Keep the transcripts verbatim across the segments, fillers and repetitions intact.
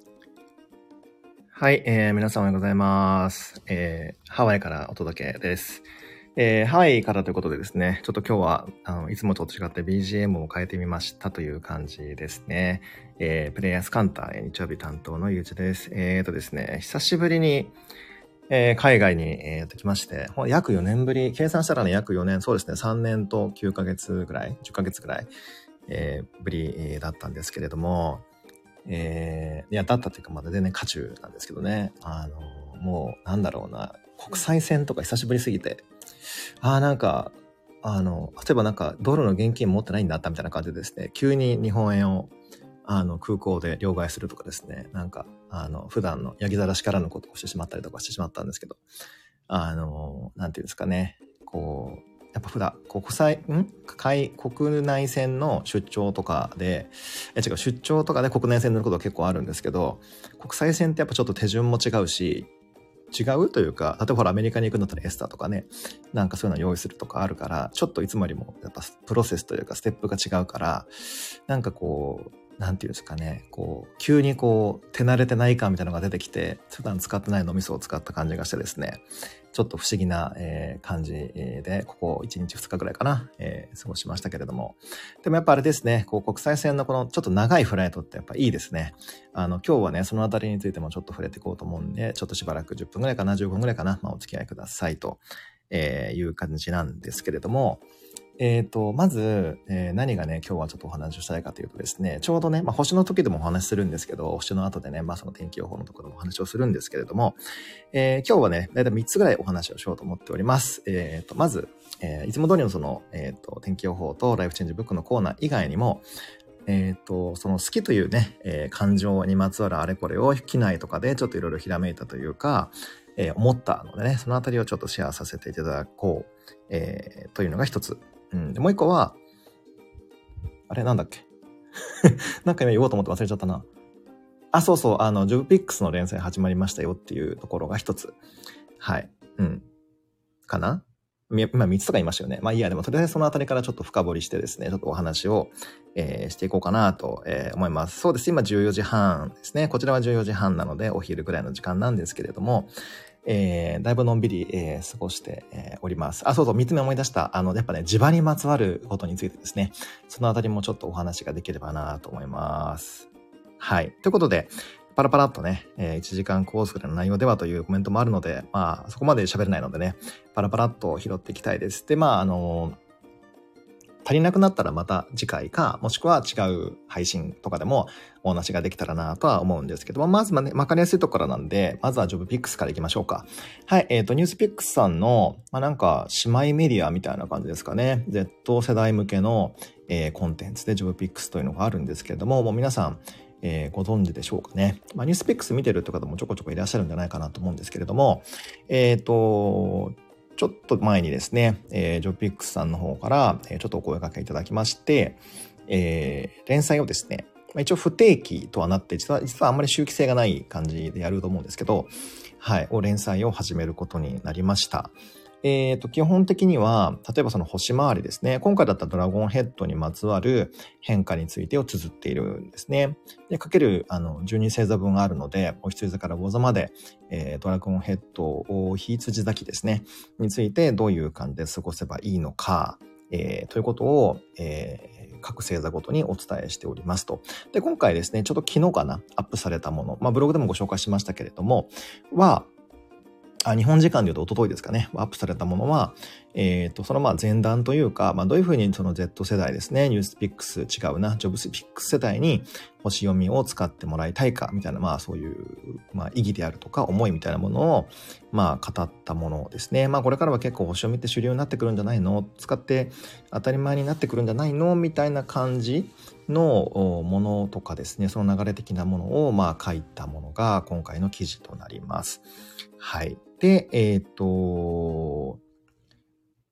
はい、えー、皆さんおはようございます。えー、ハワイからお届けです。えー、ハワイからということでですね、ちょっと今日は、あの、いつもと違って ビージーエム を変えてみましたという感じですね。えー、プレイヤースカンター、日曜日担当のゆうちです。えーとですね、久しぶりに、えー、海外に、えー、と来まして、約よねんぶり、計算したらね、約よねん、そうですね、さんねんときゅうかげつぐらい、じゅっかげつぐらい、えー、ぶり、えー、だったんですけれども、えー、いや、だったっていうか、まだ全然渦中なんですけどね。あの、もう、なんだろうな、国際線とか久しぶりすぎて、ああ、なんか、あの、例えばなんか、ドルの現金持ってないんだったみたいな感じでですね、急に日本円を、あの、空港で両替するとかですね、なんか、あの、普段のヤギ座らしからぬことをしてしまったりとかしてしまったんですけど、あの、なんていうんですかね、こう、やっぱ普段、国際、ん海、国内線の出張とかで、え、違う、出張とかで国内線乗ることは結構あるんですけど、国際線ってやっぱちょっと手順も違うし、違うというか、例えばほらアメリカに行くんだったらエスタとかね、なんかそういうの用意するとかあるから、ちょっといつもよりもやっぱプロセスというかステップが違うから、なんかこう、なんていうんですかね、こう、急にこう、手慣れてない感みたいなのが出てきて、普段使ってない脳みそを使った感じがしてですね、ちょっと不思議な、えー、感じで、ここいちにちふつかぐらいかな、えー、過ごしましたけれども。でもやっぱあれですね、こう国際線のこのちょっと長いフライトってやっぱいいですね。あの、今日はね、そのあたりについてもちょっと触れていこうと思うんで、ちょっとしばらくじゅっぷんぐらいかな、じゅうごふんぐらいかな、まあお付き合いくださいと、えー、いう感じなんですけれども、えっと、まず、えー、何がね、今日はちょっとお話をしたいかというとですね、ちょうどね、まあ星の時でもお話しするんですけど、星の後でね、まあその天気予報のところでもお話をするんですけれども、えー、今日はね、だいたいみっつぐらいお話をしようと思っております。えっと、まず、えー、いつも通りのその、えっと、天気予報とライフチェンジブックのコーナー以外にも、えっと、その好きというね、えー、感情にまつわるあれこれを機内とかでちょっといろいろひらめいたというか、えー、思ったのでね、そのあたりをちょっとシェアさせていただこう、えー、というのが一つ。うん、でもう一個は、あれなんだっけなんか今言おうと思って忘れちゃったな。あ、そうそう、あの、ジョブピックスの連載始まりましたよっていうところが一つ。はい。うん。かな今みっつとか言いましたよね。まあいいや、でもとりあえずそのあたりからちょっと深掘りしてですね、ちょっとお話を、えー、していこうかなと、えー、思います。そうです。今じゅうよじはんですね。こちらはじゅうよじはんなのでお昼ぐらいの時間なんですけれども、えー、だいぶのんびり、えー、過ごして、えー、おります。あ、そうそう、みっつめ思い出した。あの、やっぱね、地場にまつわることについてですね、そのあたりもちょっとお話ができればなと思います。はい。ということで、パラパラっとね、えー、いちじかんコースぐらいの内容ではというコメントもあるので、まあ、そこまで喋れないのでね、パラパラっと拾っていきたいです。で、まあ、あのー、足りなくなったらまた次回か、もしくは違う配信とかでもお話ができたらなとは思うんですけども、まずまね、わかりやすいところなんで、まずはジョブピックスからいきましょうか。はい、えっと、ニュースピックスさんの、まあ、なんか、姉妹メディアみたいな感じですかね。Z 世代向けの、えー、コンテンツでジョブピックスというのがあるんですけれども、もう皆さん、えー、ご存知でしょうかね。まあ、ニュースピックス見てるって方もちょこちょこいらっしゃるんじゃないかなと思うんですけれども、えっと、ちょっと前にですね、えー、ジョブピックスさんの方から、えー、ちょっとお声掛けいただきまして、えー、連載をですね、まあ、一応不定期とはなって、実は、実はあんまり周期性がない感じでやると思うんですけど、はい、を連載を始めることになりました。えっと、基本的には、例えばその星回りですね。今回だったらドラゴンヘッドにまつわる変化についてを綴っているんですね。で、かける、あの、じゅうに星座分があるので、お羊座から魚座まで、えー、ドラゴンヘッドを火羊座期ですね。についてどういう感じで過ごせばいいのか、えー、ということを、えー、各星座ごとにお伝えしておりますと。で、今回ですね、ちょっと昨日かな、アップされたもの、まあ、ブログでもご紹介しましたけれども、は、あ、日本時間で言うと一昨日ですかね、アップされたものは、えっと、そのまあ前段というか、まあどういうふうにその Z 世代ですね、ニュースピックス違うな、ジョブスピックス世代に星読みを使ってもらいたいか、みたいな、まあそういう、まあ意義であるとか思いみたいなものを、まあ語ったものですね。まあこれからは結構星読みって主流になってくるんじゃないの？使って当たり前になってくるんじゃないの？みたいな感じのものとかですね、その流れ的なものをまあ書いたものが今回の記事となります。はい。で、えっと、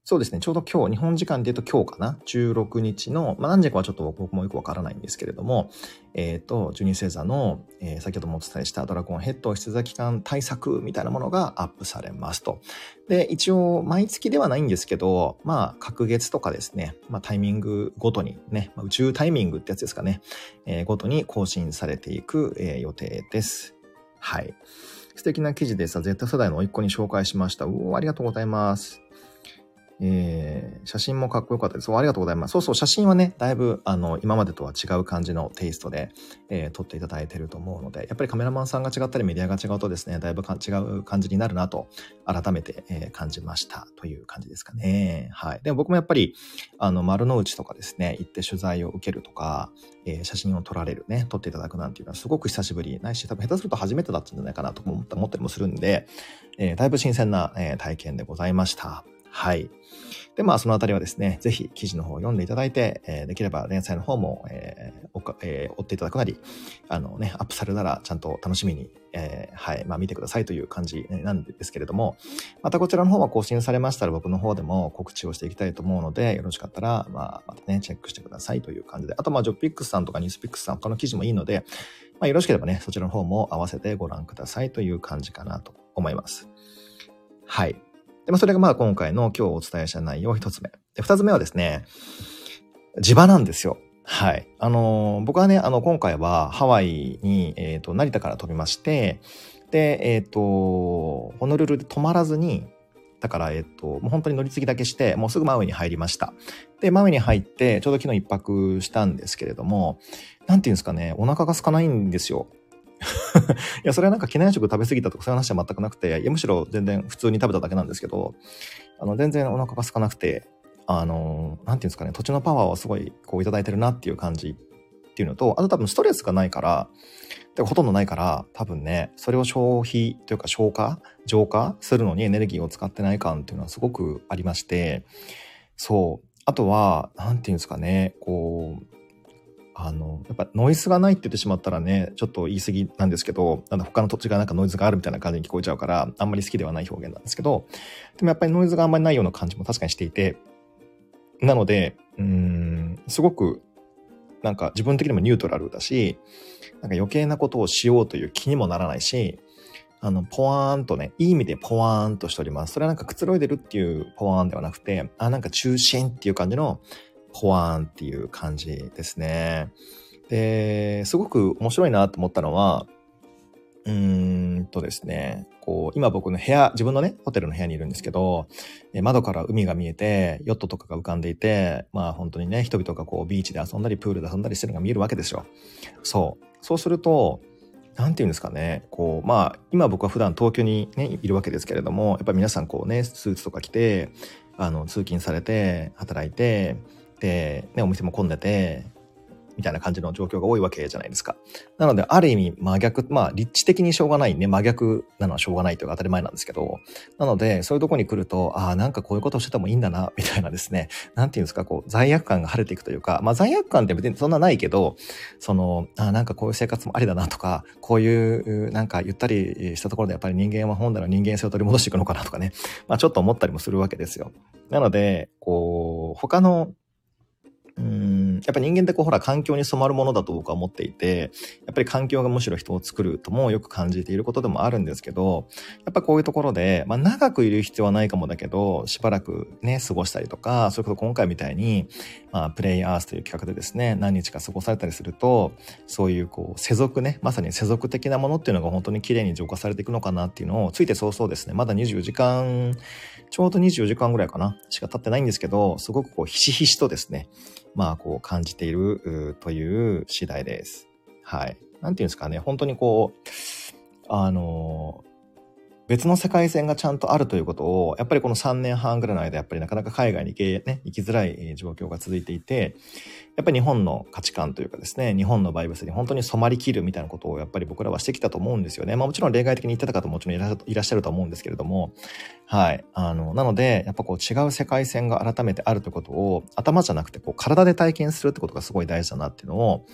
そうですね。ちょうど今日、日本時間で言うと今日かな。じゅうろくにちの、まあ、何時かはちょっと僕もよくわからないんですけれども、えっ、と、じゅうに星座の、えー、先ほどもお伝えしたドラゴンヘッド出座期間対策みたいなものがアップされますと。で、一応、毎月ではないんですけど、まあ、隔月とかですね、まあ、タイミングごとにね、まあ、宇宙タイミングってやつですかね、えー、ごとに更新されていく、えー、予定です。はい。素敵な記事でさ、ゼッタ世代の甥っ子に紹介しました。うお、ありがとうございます。えー、写真もかっこよかったです。そう、ありがとうございます。そうそう、写真はね、だいぶ、あの、今までとは違う感じのテイストで、えー、撮っていただいていると思うので、やっぱりカメラマンさんが違ったりメディアが違うとですね、だいぶか違う感じになるなと、改めて、えー、感じましたという感じですかね。はい。でも僕もやっぱり、あの、丸の内とかですね、行って取材を受けるとか、えー、写真を撮られるね、撮っていただくなんていうのはすごく久しぶりないし、多分下手すると初めてだったんじゃないかなと思った思ったりもするんで、えー、だいぶ新鮮な、えー、体験でございました。はい。で、まあ、そのあたりはですね、ぜひ記事の方を読んでいただいて、えー、できれば連載の方も、えーおかえー、追っていただくなり、あのね、アップされたらちゃんと楽しみに、えー、はい、まあ見てくださいという感じなんですけれども、またこちらの方は更新されましたら僕の方でも告知をしていきたいと思うので、よろしかったら、まあ、またね、チェックしてくださいという感じで、あと、まあ、ジョッピックスさんとかニュースピックスさん、他の記事もいいので、まあ、よろしければね、そちらの方も合わせてご覧くださいという感じかなと思います。はい。で、まあ、それがまあ今回の今日お伝えした内容一つ目。で、二つ目はですね、地場なんですよ。はい。あのー、僕はね、あの、今回はハワイに、えっと、成田から飛びまして、で、えっと、ホノルルで泊まらずに、だから、えっと、もう本当に乗り継ぎだけして、もうすぐマウイに入りました。で、マウイに入って、ちょうど昨日一泊したんですけれども、なんていうんですかね、お腹が空かないんですよ。いや、それはなんか機内食食べ過ぎたとかそういう話は全くなくて、いや、むしろ全然普通に食べただけなんですけど、あの、全然お腹が空かなくて、あの、なんていうんですかね、土地のパワーをすごいこういただいてるなっていう感じっていうのと、あと多分ストレスがないから、でほとんどないから、多分ね、それを消費というか消化、浄化するのにエネルギーを使ってない感っていうのはすごくありまして、そう。あとは、なんていうんですかね、こう、あの、やっぱノイズがないって言ってしまったらね、ちょっと言い過ぎなんですけど、なんだ他の土地がなんかノイズがあるみたいな感じに聞こえちゃうから、あんまり好きではない表現なんですけど、でもやっぱりノイズがあんまりないような感じも確かにしていて、なので、うーん、すごく、なんか自分的にもニュートラルだし、なんか余計なことをしようという気にもならないし、あの、ポワーンとね、いい意味でポワーンとしております。それはなんかくつろいでるっていうポワーンではなくて、あ、なんか中心っていう感じのポワーンっていう感じですね。で、すごく面白いなと思ったのは、うーんとですね、こう、今僕の部屋、自分のね、ホテルの部屋にいるんですけど、窓から海が見えて、ヨットとかが浮かんでいて、まあ本当にね、人々がこうビーチで遊んだり、プールで遊んだりしてるのが見えるわけですよ。そう。そうすると、なんていうんですかね、こう、まあ、今僕は普段東京にね、いるわけですけれども、やっぱり皆さんこうね、スーツとか着て、あの、通勤されて、働いて、で、ね、お店も混んでて、みたいな感じの状況が多いわけじゃないですか。なので、ある意味真逆、まあ、立地的にしょうがないね、真逆なのはしょうがないというか当たり前なんですけど、なので、そういうとこに来ると、ああ、なんかこういうことをしててもいいんだな、みたいなですね、なんていうんですか、こう、罪悪感が晴れていくというか、まあ、罪悪感って別にそんなないけど、その、ああ、なんかこういう生活もありだなとか、こういう、なんかゆったりしたところでやっぱり人間は本来の人間性を取り戻していくのかなとかね、まあ、ちょっと思ったりもするわけですよ。なので、こう、他の、うーんやっぱり人間ってこうほら環境に染まるものだと僕は思っていて、やっぱり環境がむしろ人を作るともよく感じていることでもあるんですけど、やっぱこういうところで、まあ長くいる必要はないかもだけど、しばらくね、過ごしたりとか、それこそ今回みたいに、まあプレイアースという企画でですね、何日か過ごされたりすると、そういうこう世俗ね、まさに世俗的なものっていうのが本当に綺麗に浄化されていくのかなっていうのを、ついて早々ですね、まだにじゅうじかん、ちょうどにじゅうよじかんぐらいかな、しか経ってないんですけど、すごくこうひしひしとですね、まあこう感じているという次第です。はい。なんていうんですかね、本当にこう、あの、別の世界線がちゃんとあるということを、やっぱりこのさんねんはんぐらいの間、やっぱりなかなか海外に行け、ね、行きづらい状況が続いていて、やっぱり日本の価値観というかですね、日本のバイブスに本当に染まりきるみたいなことをやっぱり僕らはしてきたと思うんですよね。まあもちろん例外的に言ってた方ももちろんいらいらっしゃると思うんですけれども、はい。あの、なので、やっぱこう違う世界線が改めてあるということを頭じゃなくてこう体で体験するってことがすごい大事だなっていうのを、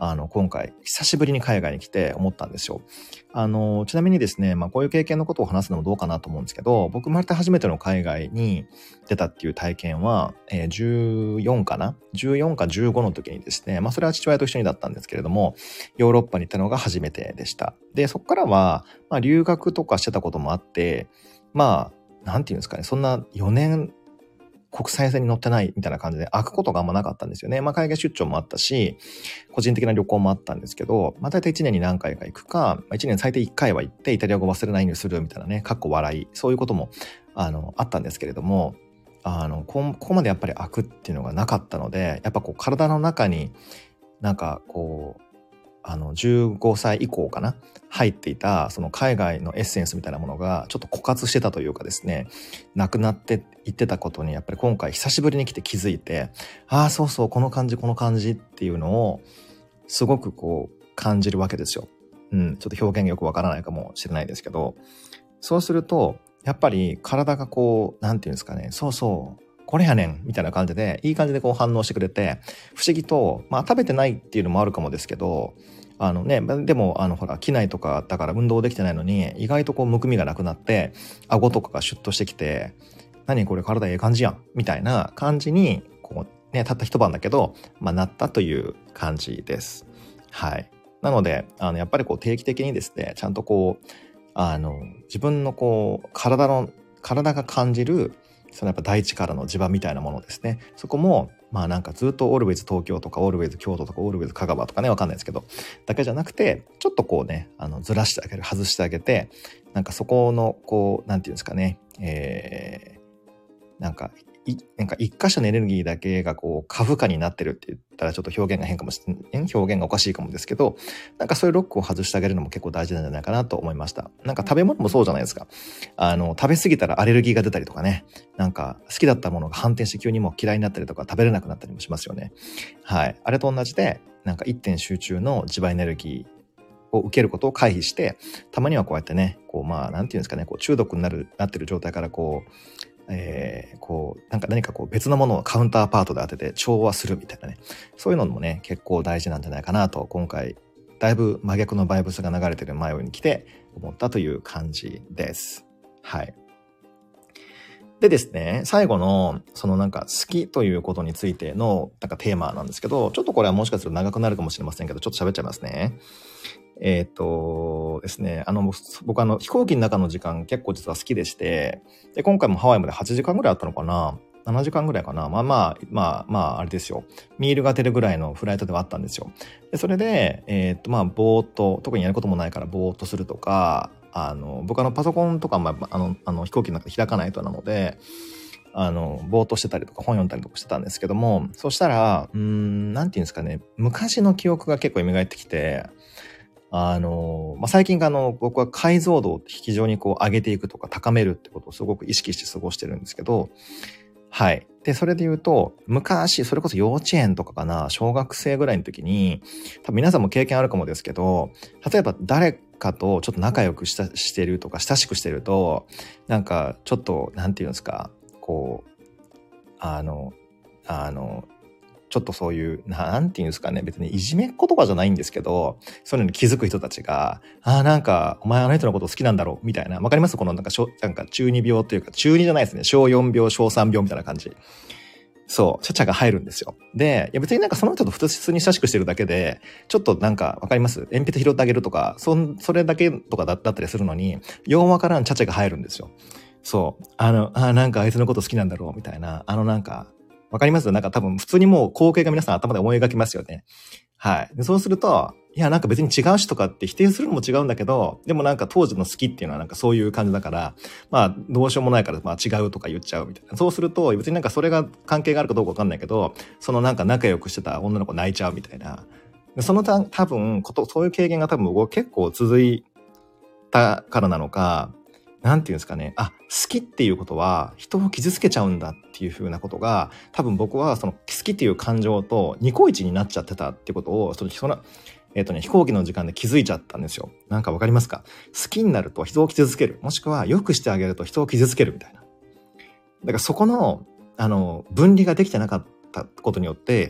あの、今回、久しぶりに海外に来て思ったんですよ。あの、ちなみにですね、まあ、こういう経験のことを話すのもどうかなと思うんですけど、僕生まれて初めての海外に出たっていう体験は、えー、じゅうよんかな ?じゅうよんかじゅうごの時にですね、まあ、それは父親と一緒にだったんですけれども、ヨーロッパに行ったのが初めてでした。で、そこからは、まあ、留学とかしてたこともあって、まあ、なんていうんですかね、そんなよねん、国際線に乗ってないみたいな感じで開くことがあんまなかったんですよね。まあ海外出張もあったし、個人的な旅行もあったんですけど、まあ大体いちねんに何回か行くか、いちねん最低いっかいは行ってイタリア語忘れないようにするみたいなね、かっこ笑い、そういうこともあのあったんですけれども、あのこここまでやっぱり開くっていうのがなかったので、やっぱこう体の中になんかこうあのじゅうごさい以降かな入っていたその海外のエッセンスみたいなものがちょっと枯渇してたというかですね、なくなっていってたことにやっぱり今回久しぶりに来て気づいて、ああそうそうこの感じこの感じっていうのをすごくこう感じるわけですよ。うん、ちょっと表現がよくわからないかもしれないですけど、そうするとやっぱり体がこうなんていうんですかね、そうそうこれやねんみたいな感じでいい感じでこう反応してくれて、不思議とまあ食べてないっていうのもあるかもですけど、あのね、でもあのほら機内とかだから運動できてないのに意外とこうむくみがなくなって顎とかがシュッとしてきて、何これ体ええ感じやんみたいな感じにこうねたった一晩だけど、まあ、なったという感じです。はい。なのであのやっぱりこう定期的にですね、ちゃんとこうあの自分のこう体の体が感じるそのやっぱ大地からの地場みたいなものですね。そこもまあなんかずっとオールウェイズ東京とかオールウェイズ京都とかオールウェイズ香川とかね、わかんないですけどだけじゃなくて、ちょっとこうねあのずらしてあげる、外してあげて、なんかそこのこうなんていうんですかね、えー、なんかいなんか一箇所のエネルギーだけがこう過負荷になってるって言ったらちょっと表現が変かもしれない、表現がおかしいかもですけど、なんかそういうロックを外してあげるのも結構大事なんじゃないかなと思いました。なんか食べ物もそうじゃないですか。あの食べ過ぎたらアレルギーが出たりとかね、なんか好きだったものが反転して急にもう嫌いになったりとか食べれなくなったりもしますよね。はい、あれと同じで、なんか一点集中の磁場エネルギーを受けることを回避して、たまにはこうやってね、こうまあなんていうんですかね、こう中毒になるなってる状態からこうえー、こうなんか何かこう別のものをカウンターパートで当てて調和するみたいなね、そういうのもね結構大事なんじゃないかなと、今回だいぶ真逆のバイブスが流れてる前に来て思ったという感じです。はい。でですね、最後のそのなんか好きということについてのなんかテーマなんですけど、ちょっとこれはもしかすると長くなるかもしれませんけど、ちょっと喋っちゃいますね。えっとですね、あの僕あの飛行機の中の時間結構実は好きでして、で今回もハワイまではちじかんぐらいあったのかな、ななじかんぐらいかな、まあまあまあまああれですよ、ミールが出るぐらいのフライトではあったんですよ。でそれでえっとまあぼーっと、特にやることもないからぼーっとするとか、あの僕あのパソコンとかもあのあの飛行機の中で開かないとなので、あのぼーっとしてたりとか本読んだりとかしてたんですけども、そしたらうーんなんていうんですかね、昔の記憶が結構蘇ってきて、あの、まあ、最近あの、僕は解像度を非常にこう上げていくとか高めるってことをすごく意識して過ごしてるんですけど、はい。で、それで言うと、昔、それこそ幼稚園とかかな、小学生ぐらいの時に、多分皆さんも経験あるかもですけど、例えば誰かとちょっと仲良くしたしてるとか、親しくしてると、なんかちょっと、なんていうんですか、こう、あの、あの、ちょっとそういう、なんていうんですかね、別にいじめっ子とかじゃないんですけど、そういうのに気づく人たちが、ああ、なんか、お前あの人のこと好きなんだろうみたいな、わかります？このなんか、なんか中二病というか、中二じゃないですね、小よん病、小さん病みたいな感じ。そう、ちゃちゃが入るんですよ。で、いや別になんかその人と普通に親しくしてるだけで、ちょっとなんか、わかります？鉛筆拾ってあげるとか、そん、それだけとかだったりするのに、ようわからんちゃちゃが入るんですよ。そう。あの、ああ、なんかあいつのこと好きなんだろうみたいな、あのなんか、わかります？なんか多分普通にもう光景が皆さん頭で思い描きますよね。はい。でそうすると、いやなんか別に違うしとかって否定するのも違うんだけど、でもなんか当時の好きっていうのはなんかそういう感じだから、まあどうしようもないからまあ違うとか言っちゃうみたいな。そうすると別になんかそれが関係があるかどうかわかんないけど、そのなんか仲良くしてた女の子泣いちゃうみたいな。そのた多分こと、そういう経験が多分僕結構続いたからなのか、なんていうんですかね、あ、好きっていうことは人を傷つけちゃうんだっていう風なことが、多分僕はその好きっていう感情とニコイチになっちゃってたってことを、そのそのえっとね飛行機の時間で気づいちゃったんですよ。なんかわかりますか？好きになると人を傷つける、もしくは良くしてあげると人を傷つけるみたいな。だからそこのあの分離ができてなかったことによって、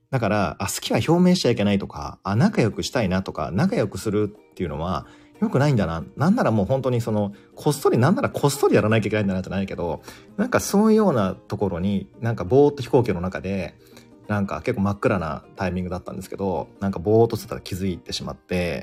だから、あ、好きは表明しちゃいけないとか、あ、仲良くしたいなとか、仲良くするっていうのは良くないんだな。なんならもう本当にその、こっそり、なんならこっそりやらなきゃいけないんだなじゃないけど、なんかそういうようなところに、なんかぼーっと飛行機の中で、なんか結構真っ暗なタイミングだったんですけど、なんかぼーっとしてたら気づいてしまって、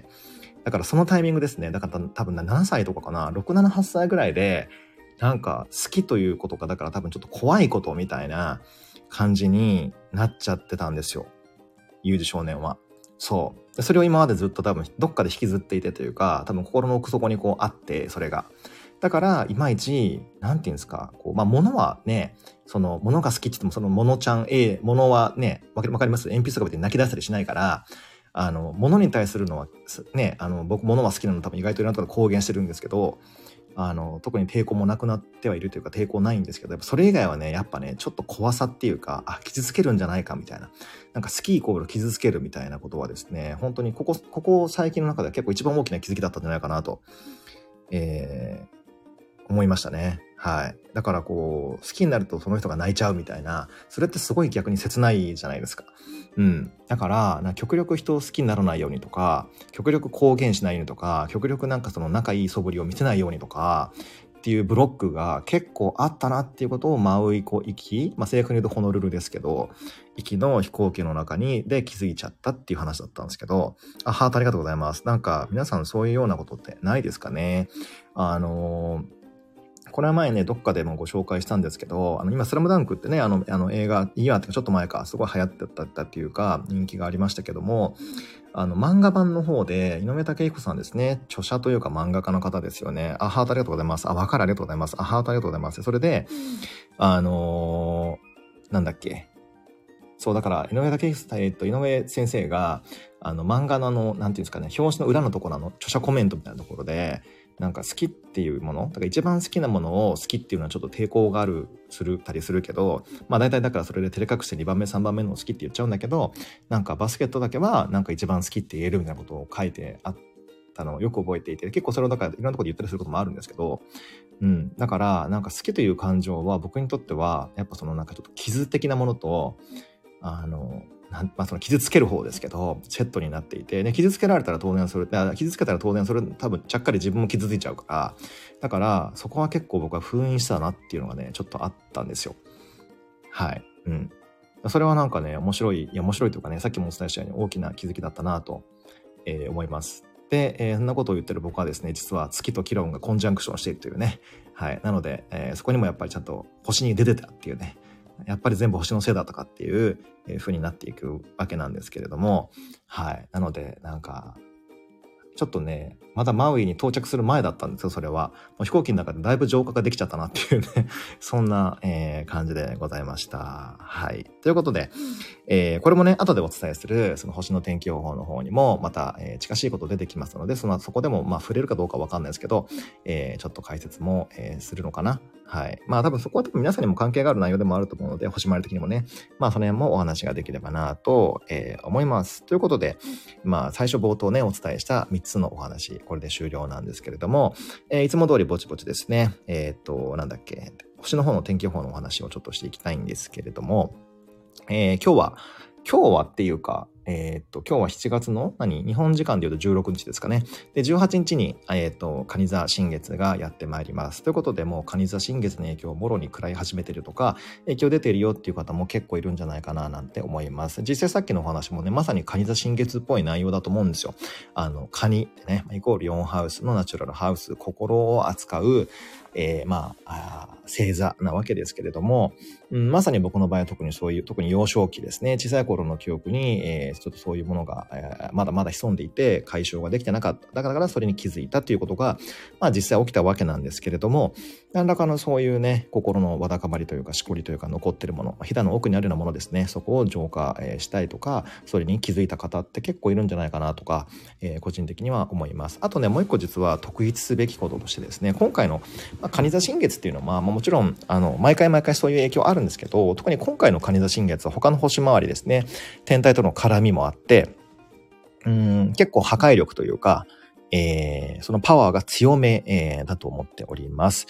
だからそのタイミングですね。だから多分ななさいとかかな、ろく、なな、はっさいぐらいで、なんか好きということか、だから多分ちょっと怖いことみたいな感じになっちゃってたんですよ。ユージ少年は。そう。それを今までずっと多分どっかで引きずっていてというか、多分心の奥底にこうあって、それが。だから、いまいち、なんていうんですか、こう、まあ、物はね、その、物が好きって言っても、その、物ちゃん、A、物はね、わかります鉛筆とか別に泣き出したりしないから、あの、物に対するのは、ね、あの、僕、物は好きなの多分意外といろんなところで公言してるんですけど、あの、特に抵抗もなくなってはいるというか、抵抗ないんですけど、やっぱそれ以外はね、やっぱね、ちょっと怖さっていうか、あ、傷つけるんじゃないかみたいな。なんか好きイコール傷つけるみたいなことはですね、本当にここ、ここ最近の中では結構一番大きな気づきだったんじゃないかなと、えー、思いましたね。はい。だからこう、好きになるとその人が泣いちゃうみたいな、それってすごい逆に切ないじゃないですか。うん。だから、な極力人を好きにならないようにとか、極力公言しないようにとか、極力なんかその仲いい素振りを見せないようにとか、っていうブロックが結構あったなっていうことをマウイコ行き、まあ正確に言うとホノルルですけど、行きの飛行機の中にで気づいちゃったっていう話だったんですけど、あ、ハートありがとうございます。なんか皆さんそういうようなことってないですかね。あのー、これは前ね、どっかでもご紹介したんですけど、あの、今、スラムダンクってね、あの、あの映画、今ってちょっと前か、すごい流行ってたっていうか、人気がありましたけども、あの、漫画版の方で、井上武彦さんですね、著者というか漫画家の方ですよね。あ、ハートありがとうございます。あ、わかるありがとうございます。あ、ハートありがとうございます。それで、あのー、なんだっけ。そう、だから、井上武彦、えっと、井上先生が、あの、漫画のあの、なんていうんですかね、表紙の裏のところの著者コメントみたいなところで、なんか好きっていうもの、だから一番好きなものを好きっていうのはちょっと抵抗がある、するたりするけど、まあ大体だからそれで照れ隠してにばんめさんばんめの好きって言っちゃうんだけど、なんかバスケットだけはなんか一番好きって言えるみたいなことを書いてあったのをよく覚えていて、結構それをだからいろんなところで言ったりすることもあるんですけど、うん、だからなんか好きという感情は僕にとってはやっぱそのなんかちょっと傷的なものと、あの、まあ、その傷つける方ですけどセットになっていて、ね、傷つけられたら当然それ傷つけたら当然それ多分ちゃっかり自分も傷ついちゃうから、だからそこは結構僕は封印したなっていうのがねちょっとあったんですよ。はい。うん。それはなんかね面白いいや面白いというかね、さっきもお伝えしたように大きな気づきだったなと、えー、思います。で、えー、そんなことを言ってる僕はですね、実は月とキロンがコンジャンクションしているというね。はい。なので、えー、そこにもやっぱりちゃんと星に出てたっていうね。やっぱり全部星のせいだとかっていう風になっていくわけなんですけれども、はい。なので、なんか、ちょっとね、まだマウイに到着する前だったんですよ、それは。もう飛行機の中でだいぶ浄化ができちゃったなっていうね、そんな、えー、感じでございました。はい。ということで、えー、これもね、後でお伝えする、その星の天気予報の方にも、また、えー、近しいこと出てきますので、その、そこでも、まあ、触れるかどうかわかんないですけど、えー、ちょっと解説も、えー、するのかな。はい。まあ、多分そこは多分皆さんにも関係がある内容でもあると思うので、星回り的にもね、まあ、その辺もお話ができればなと、えー、思います。ということで、まあ、最初冒頭ね、お伝えしたみっつのお話、これで終了なんですけれども、えー、いつも通りぼちぼちですね、えっと、なんだっけ、星の方の天気予報のお話をちょっとしていきたいんですけれども、えー、今日は、今日はっていうか、えー、っと、今日はしちがつの何日本時間で言うとじゅうろくにちですかね。で、じゅうはちにちに、えー、っと、蟹座新月がやってまいります。ということで、もう蟹座新月の影響をもろに食らい始めてるとか、影響出てるよっていう方も結構いるんじゃないかななんて思います。実際さっきのお話もね、まさに蟹座新月っぽい内容だと思うんですよ。あの、蟹ってね、イコールよんハウスのナチュラルハウス、心を扱う、えー、まあ、あ星座なわけですけれども、うん、まさに僕の場合は特にそういう、特に幼少期ですね、小さい頃の記憶に、えー、ちょっとそういうものが、えー、まだまだ潜んでいて解消ができてなかった。だからそれに気づいたということが、まあ実際起きたわけなんですけれども、何らかのそういうね、心のわだかまりというか、しこりというか残ってるもの、ひだの奥にあるようなものですね、そこを浄化、えー、したいとか、それに気づいた方って結構いるんじゃないかなとか、えー、個人的には思います。あとね、もう一個実は特筆すべきこととしてですね、今回の、まあ、蟹座新月っていうのは、まあ、もちろんあの毎回毎回そういう影響あるんですけど、特に今回の蟹座新月は他の星回りですね、天体との絡みもあって、うーん結構破壊力というか、えー、そのパワーが強め、えー、だと思っております。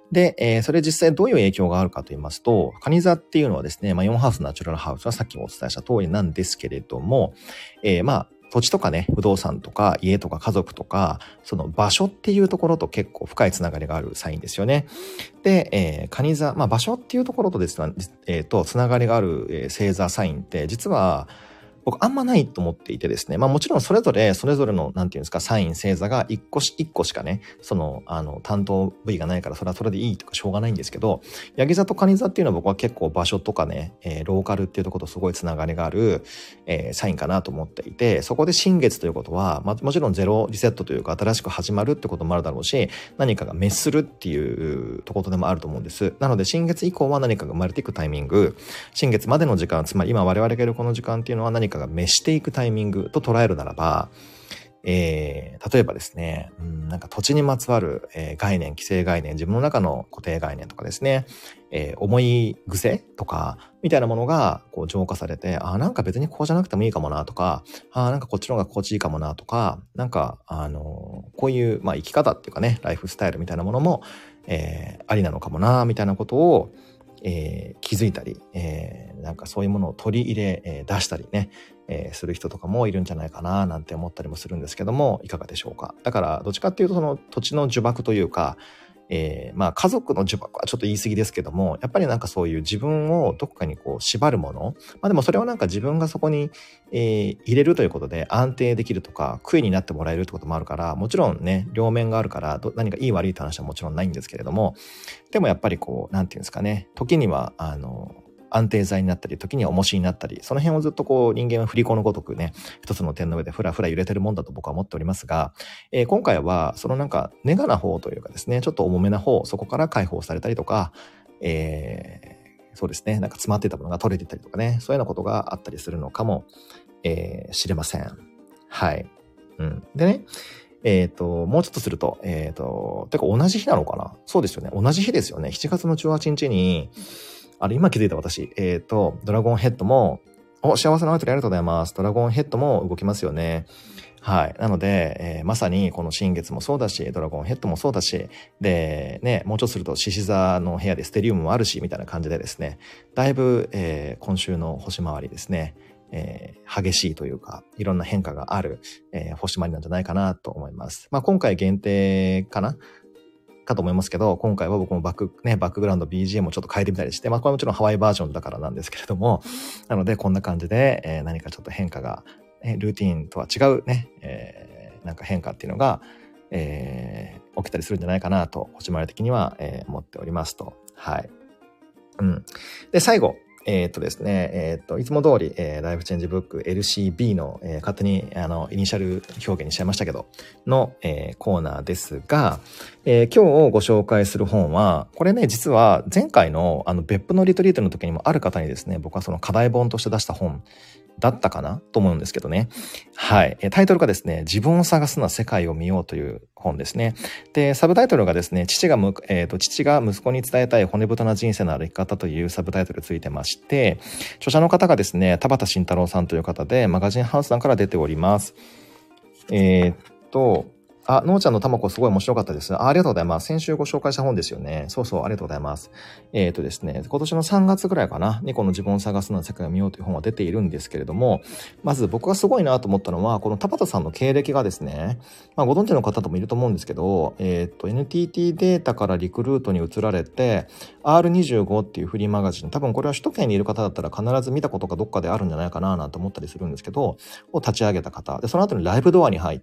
で、えー、それ実際どういう影響があるかと言いますと、蟹座っていうのはですね、まあ、よんハウスナチュラルハウスはさっきもお伝えした通りなんですけれども、えー、まあ、土地とかね、不動産とか家とか家族とか、その場所っていうところと結構深いつながりがあるサインですよね。で、えー、蟹座、まあ場所っていうところとですね、えー、と、つながりがある、えー、星座サインって、実は、僕あんまないと思っていてですね。まあもちろんそれぞれ、それぞれの、なんていうんですか、サイン、星座が一個し、一個しかね、その、あの、担当部位がないから、それはそれでいいとかしょうがないんですけど、ヤギ座とカニ座っていうのは僕は結構場所とかね、えー、ローカルっていうところとすごいつながりがある、えー、サインかなと思っていて、そこで新月ということは、まあもちろんゼロリセットというか、新しく始まるってこともあるだろうし、何かが滅するっていうところでもあると思うんです。なので、新月以降は何かが生まれていくタイミング、新月までの時間、つまり今我々がいるこの時間っていうのは何かが滅していくタイミングと捉えるならば、えー、例えばですね、うん、なんか土地にまつわる、えー、概念、既成概念、自分の中の固定概念とかですね、えー、思い癖とか、みたいなものがこう浄化されて、あ、なんか別にこうじゃなくてもいいかもなとか、あ、なんかこっちの方が心地いいかもなとか、なんか、あのー、こういう、まあ、生き方っていうかね、ライフスタイルみたいなものも、えー、ありなのかもな、みたいなことを、えー、気づいたり、えー、なんかそういうものを取り入れ、えー、出したりね、えー、する人とかもいるんじゃないかななんて思ったりもするんですけども、いかがでしょうか。だからどっちかっていうとその土地の呪縛というか、えー、まあ家族の呪縛はちょっと言い過ぎですけども、やっぱりなんかそういう自分をどこかにこう縛るもの、まあでもそれはなんか自分がそこに、えー、入れるということで安定できるとか、悔いになってもらえるってこともあるから、もちろんね、両面があるからど何かいい悪いって話はもちろんないんですけれども、でもやっぱりこう、なんていうんですかね、時にはあの、安定剤になったり、時には重しになったり、その辺をずっとこう人間は振り子のごとくね、一つの点の上でふらふら揺れてるもんだと僕は思っておりますが、えー、今回はそのなんかネガな方というかですね、ちょっと重めな方、そこから解放されたりとか、えー、そうですね、なんか詰まってたものが取れてたりとかね、そういうようなことがあったりするのかも、えー、知れません。はい。うん。でね、えっと、もうちょっとすると、えっと、てか同じ日なのかな？そうですよね。同じ日ですよね。しちがつのじゅうはちにちに、あれ、今気づいた私。えっと、ドラゴンヘッドも、お、幸せのアイトリありがとうございます。ドラゴンヘッドも動きますよね。はい。なので、えー、まさにこの新月もそうだし、ドラゴンヘッドもそうだし、で、ね、もうちょっとすると獅子座の部屋でステリウムもあるし、みたいな感じでですね、だいぶ、えー、今週の星回りですね、えー、激しいというか、いろんな変化がある、えー、星回りなんじゃないかなと思います。まあ、今回限定かなかと思いますけど、今回は僕もバック、ね、バックグラウンド ビージーエム をちょっと変えてみたりして、まあこれはもちろんハワイバージョンだからなんですけれども、なのでこんな感じで、えー、何かちょっと変化が、ね、ルーティーンとは違うね、えー、なんか変化っていうのが、えー、起きたりするんじゃないかなと、星回り的には、えー、思っておりますと。はい。うん。で、最後。えっとですね、えっと、いつも通り、えー、ライフチェンジブック エルシービー の、えー、勝手に、あの、イニシャル表現にしちゃいましたけど、の、えー、コーナーですが、えー、今日ご紹介する本は、これね、実は前回の、あの、別府のリトリートの時にもある方にですね、僕はその課題本として出した本だったかなと思うんですけどね。はい。タイトルがですね、自分を探すな世界を見ようという本ですね。で、サブタイトルがですね、父がむ、えっと、父が息子に伝えたい骨太な人生の歩き方というサブタイトルついてまして、著者の方がですね、田畑慎太郎さんという方で、マガジンハウスさんから出ております。えー、っと、あ、のーちゃんのたまこすごい面白かったです。あ、ありがとうございます。先週ご紹介した本ですよね。そうそう、ありがとうございます。えっとですね、今年のさんがつぐらいかなにこの自分を探すの世界を見ようという本は出ているんですけれども、まず僕がすごいなと思ったのは、この田畑さんの経歴がですね、まあご存知の方ともいると思うんですけど、えっと、エヌティーティー データからリクルートに移られて、アールにじゅうご っていうフリーマガジン、多分これは首都圏にいる方だったら必ず見たことがどっかであるんじゃないかななんて思ったりするんですけど、を立ち上げた方。で、その後にライブドアに入って、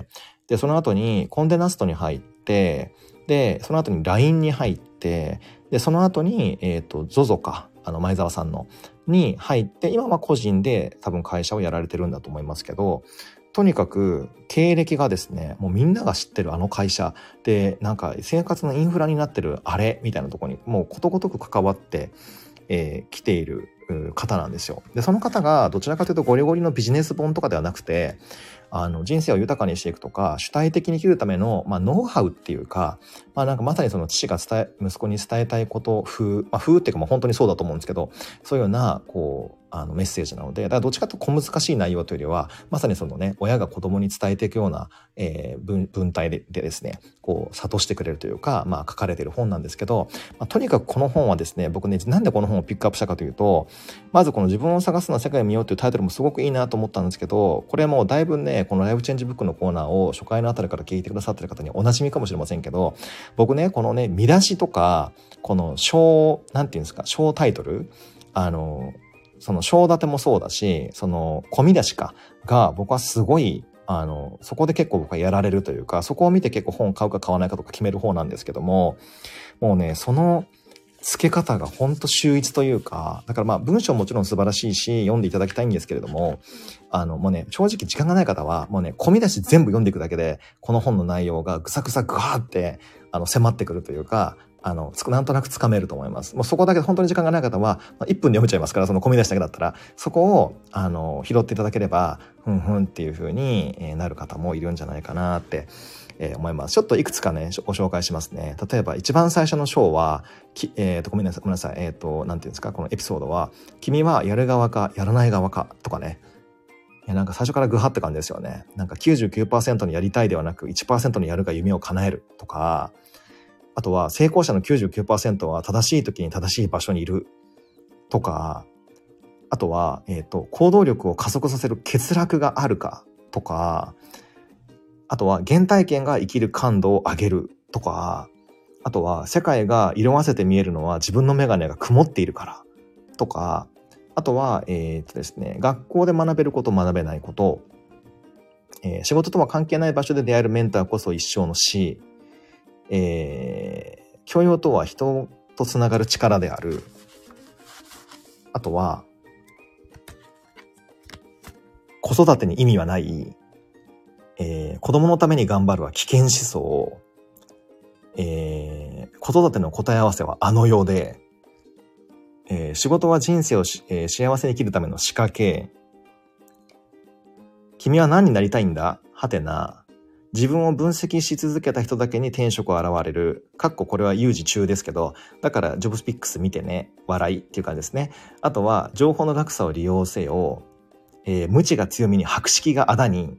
で、その後にコンデナストに入って、で、その後に ライン に入って、で、その後に、えっと、ゾゾ か、あの、前澤さんの、に入って、今は個人で多分会社をやられてるんだと思いますけど、とにかく経歴がですね、もうみんなが知ってるあの会社で、なんか生活のインフラになってるあれみたいなところにもうことごとく関わってき、えー、ている方なんですよ。で、その方がどちらかというとゴリゴリのビジネス本とかではなくて、あの人生を豊かにしていくとか主体的に生きるための、まあ、ノウハウっていうか、 まあなんかまさにその父が伝え、息子に伝えたいこと風、まあ風っていうかもう本当にそうだと思うんですけど、そういうような、こう、あのメッセージなので、だからどっちかというと小難しい内容というよりは、まさにそのね、親が子供に伝えていくような、えー、文、文体で、でですね、こう、諭してくれるというか、まあ書かれている本なんですけど、まあ、とにかくこの本はですね、僕ね、なんでこの本をピックアップしたかというと、まずこの自分を探すのは世界を見ようというタイトルもすごくいいなと思ったんですけど、これもうだいぶね、このライフチェンジブックのコーナーを初回のあたりから聞いてくださってる方におなじみかもしれませんけど、僕ね、このね、見出しとか、この小、なんていうんですか、小タイトル、あの、その章立てもそうだし、その込み出しかが僕はすごい、あの、そこで結構僕はやられるというか、そこを見て結構本買うか買わないかとか決める方なんですけども、もうね、その付け方がほんと秀逸というか、だからまあ文章もちろん素晴らしいし、読んでいただきたいんですけれども、あの、もうね、正直時間がない方は、もうね、込み出し全部読んでいくだけで、この本の内容がぐさぐさぐわーって、あの、迫ってくるというか、あの、なんとなくつかめると思います。もうそこだけ本当に時間がない方は、まあ、いっぷんで読めちゃいますから、その込み出しだけだったら、そこを、あの、拾っていただければ、ふんふんっていう風になる方もいるんじゃないかなって、えー、思います。ちょっといくつかね、ご紹介しますね。例えば、一番最初の章は、きえっと、ごめんなさい、ごめんなさい、えっと、なんていうんですか、このエピソードは、君はやる側か、やらない側か、とかね。いや、なんか最初からグハって感じですよね。なんか きゅうじゅうきゅうパーセント にやりたいではなく、いちパーセント にやるが夢を叶えるとか、あとは成功者の きゅうじゅうきゅうパーセント は正しい時に正しい場所にいるとか、あとは、えっと、行動力を加速させる欠落があるかとか、あとは原体験が生きる感度を上げるとか、あとは世界が色あせて見えるのは自分の眼鏡が曇っているからとか、あとは、えっとですね、学校で学べること学べないこと、えー、仕事とは関係ない場所で出会えるメンターこそ一生の死、えー、教養とは人とつながる力である。あとは、子育てに意味はない。えー、子供のために頑張るは危険思想。えー、子育ての答え合わせはあの世で。えー、仕事は人生をし、えー、幸せに生きるための仕掛け。君は何になりたいんだ？はてな。自分を分析し続けた人だけに転職を現れる。かっここれは有事中ですけど、だからジョブスピックス見てね。笑いっていう感じですね。あとは、情報の落差を利用せよ。えー、無知が強みに博識があだに。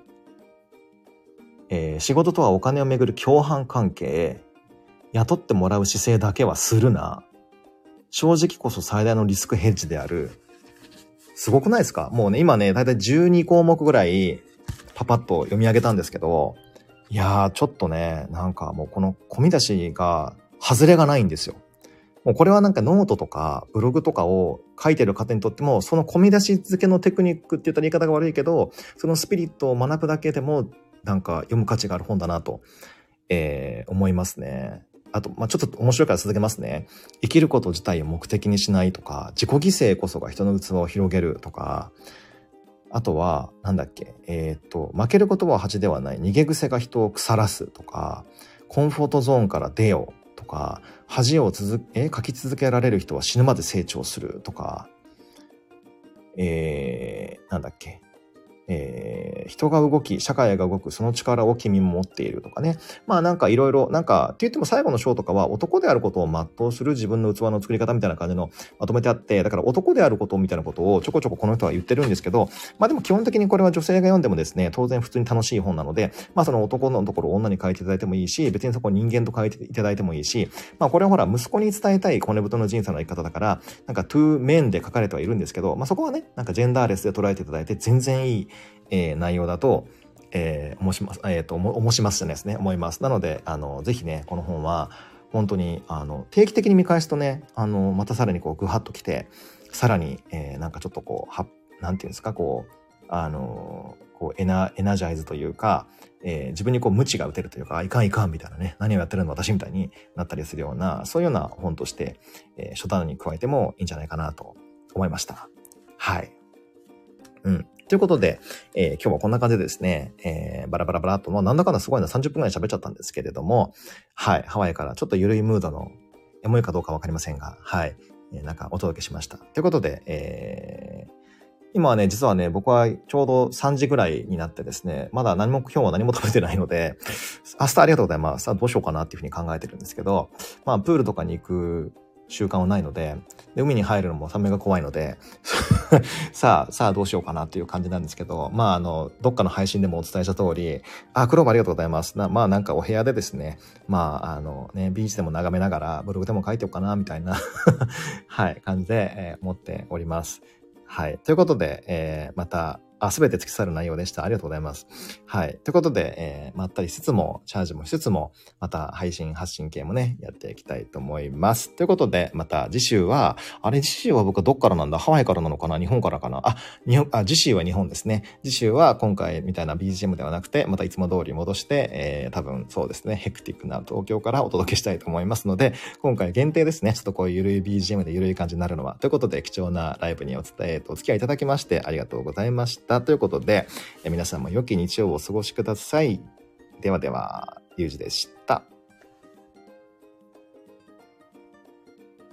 えー、仕事とはお金をめぐる共犯関係。雇ってもらう姿勢だけはするな。正直こそ最大のリスクヘッジである。すごくないですか？もうね、今ね、だいたいじゅうにこうもくぐらいパパッと読み上げたんですけど、いやーちょっとね、なんかもうこの込み出しが外れがないんですよ。もうこれはなんかノートとかブログとかを書いてる方にとっても、その込み出し付けのテクニックって言ったら言い方が悪いけど、そのスピリットを学ぶだけでもなんか読む価値がある本だなと、えー、思いますね。あと、まあ、ちょっと面白いから続けますね。生きること自体を目的にしないとか、自己犠牲こそが人の器を広げるとか、あとは、なんだっけ、えー、っと、負けることは恥ではない、逃げ癖が人を腐らすとか、コンフォートゾーンから出ようとか、恥を続け、え、書き続けられる人は死ぬまで成長するとか、えー、なんだっけ、えー、人が動き、社会が動く、その力を君も持っているとかね。まあなんかいろいろ、なんか、って言っても最後の章とかは男であることを全うする自分の器の作り方みたいな感じのまとめてあって、だから男であることみたいなことをちょこちょここの人は言ってるんですけど、まあでも基本的にこれは女性が読んでもですね、当然普通に楽しい本なので、まあその男のところを女に書いていただいてもいいし、別にそこを人間と書いていただいてもいいし、まあこれはほら息子に伝えたい骨太の人生の生き方だから、なんか to men で書かれてはいるんですけど、まあそこはね、なんかジェンダーレスで捉えていただいて全然いいえー、内容だと、えー、思します、えー、と、思しますじゃないですね、思います。なので、あの、ぜひね、この本は、本当に、あの、定期的に見返すとね、あの、またさらにこう、ぐはっときて、さらに、えー、なんかちょっとこう、は、なんていうんですか、こう、あの、こう、エナ、エナジャイズというか、えー、自分にこう、無知が打てるというか、いかんいかんみたいなね、何をやってるの私みたいになったりするような、そういうような本として、えー、初段に加えてもいいんじゃないかなと思いました。はい。うん。ということで、えー、今日はこんな感じでですね、えー、バラバラバラっと、もうなんだかんだすごいな、さんじゅっぷんぐらい喋っちゃったんですけれども、はい、ハワイからちょっと緩いムードの、エモいかどうかわかりませんが、はい、えー、なんかお届けしました。ということで、え今はね、実はね、僕はちょうどさんじぐらいになってですね、まだ何も、今日は何も食べてないので、明日ありがとうございます。さあどうしようかなっていうふうに考えてるんですけど、まあ、プールとかに行く習慣はないので、で海に入るのもサメが怖いので、さあ、さあどうしようかなっていう感じなんですけど、まあ、あの、どっかの配信でもお伝えした通り、あ、クローバーありがとうございます。なまあ、なんかお部屋でですね、まあ、あのね、ビーチでも眺めながら、ブログでも書いておくかな、みたいな、はい、感じで、えー思っております。はい。ということで、えーまた、あ、すべて突き去る内容でした。ありがとうございます。はい。ということで、えーまったりしつつも、チャージもしつつも、また配信、発信系もね、やっていきたいと思います。ということで、また次週は、あれ、次週は僕はどっからなんだ？ハワイからなのかな？日本からかな？あ、日本、あ、次週は日本ですね。次週は今回みたいな ビージーエム ではなくて、またいつも通り戻して、えー多分そうですね、ヘクティックな東京からお届けしたいと思いますので、今回限定ですね、ちょっとこういうゆるい ビージーエム でゆるい感じになるのは、ということで貴重なライブにお伝え、お付き合いいただきましてありがとうございました。ということで、え皆さんも良き日曜をお過ごしください。ではでは、ゆうじでした。